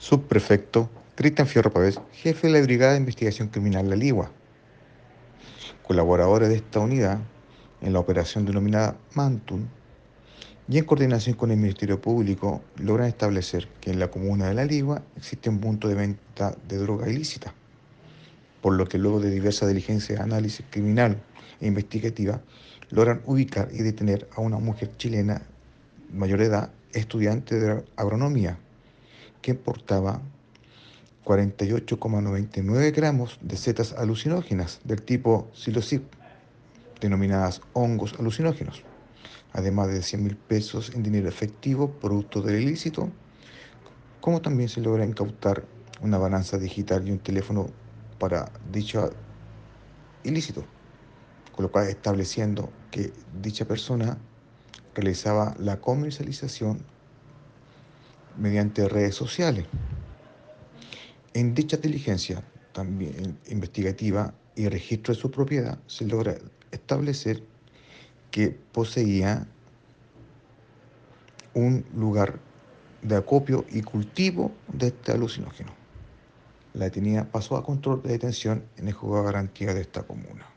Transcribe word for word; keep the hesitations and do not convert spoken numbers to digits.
Subprefecto Cristian Fierro Pavés, jefe de la Brigada de Investigación Criminal La Ligua. Colaboradores de esta unidad en la operación denominada Mantun y en coordinación con el Ministerio Público logran establecer que en la comuna de La Ligua existe un punto de venta de droga ilícita, por lo que luego de diversas diligencias de análisis criminal e investigativa logran ubicar y detener a una mujer chilena mayor de edad, estudiante de agronomía, que portaba cuarenta y ocho coma noventa y nueve gramos de setas alucinógenas del tipo psilocib, denominadas hongos alucinógenos, además de cien mil pesos en dinero efectivo, producto del ilícito, como también se logra incautar una balanza digital y un teléfono para dicho ilícito, con lo cual estableciendo que dicha persona realizaba la comercialización mediante redes sociales. En dicha diligencia también investigativa y registro de su propiedad se logra establecer que poseía un lugar de acopio y cultivo de este alucinógeno. La detenida pasó a control de detención en el juzgado de garantía de esta comuna.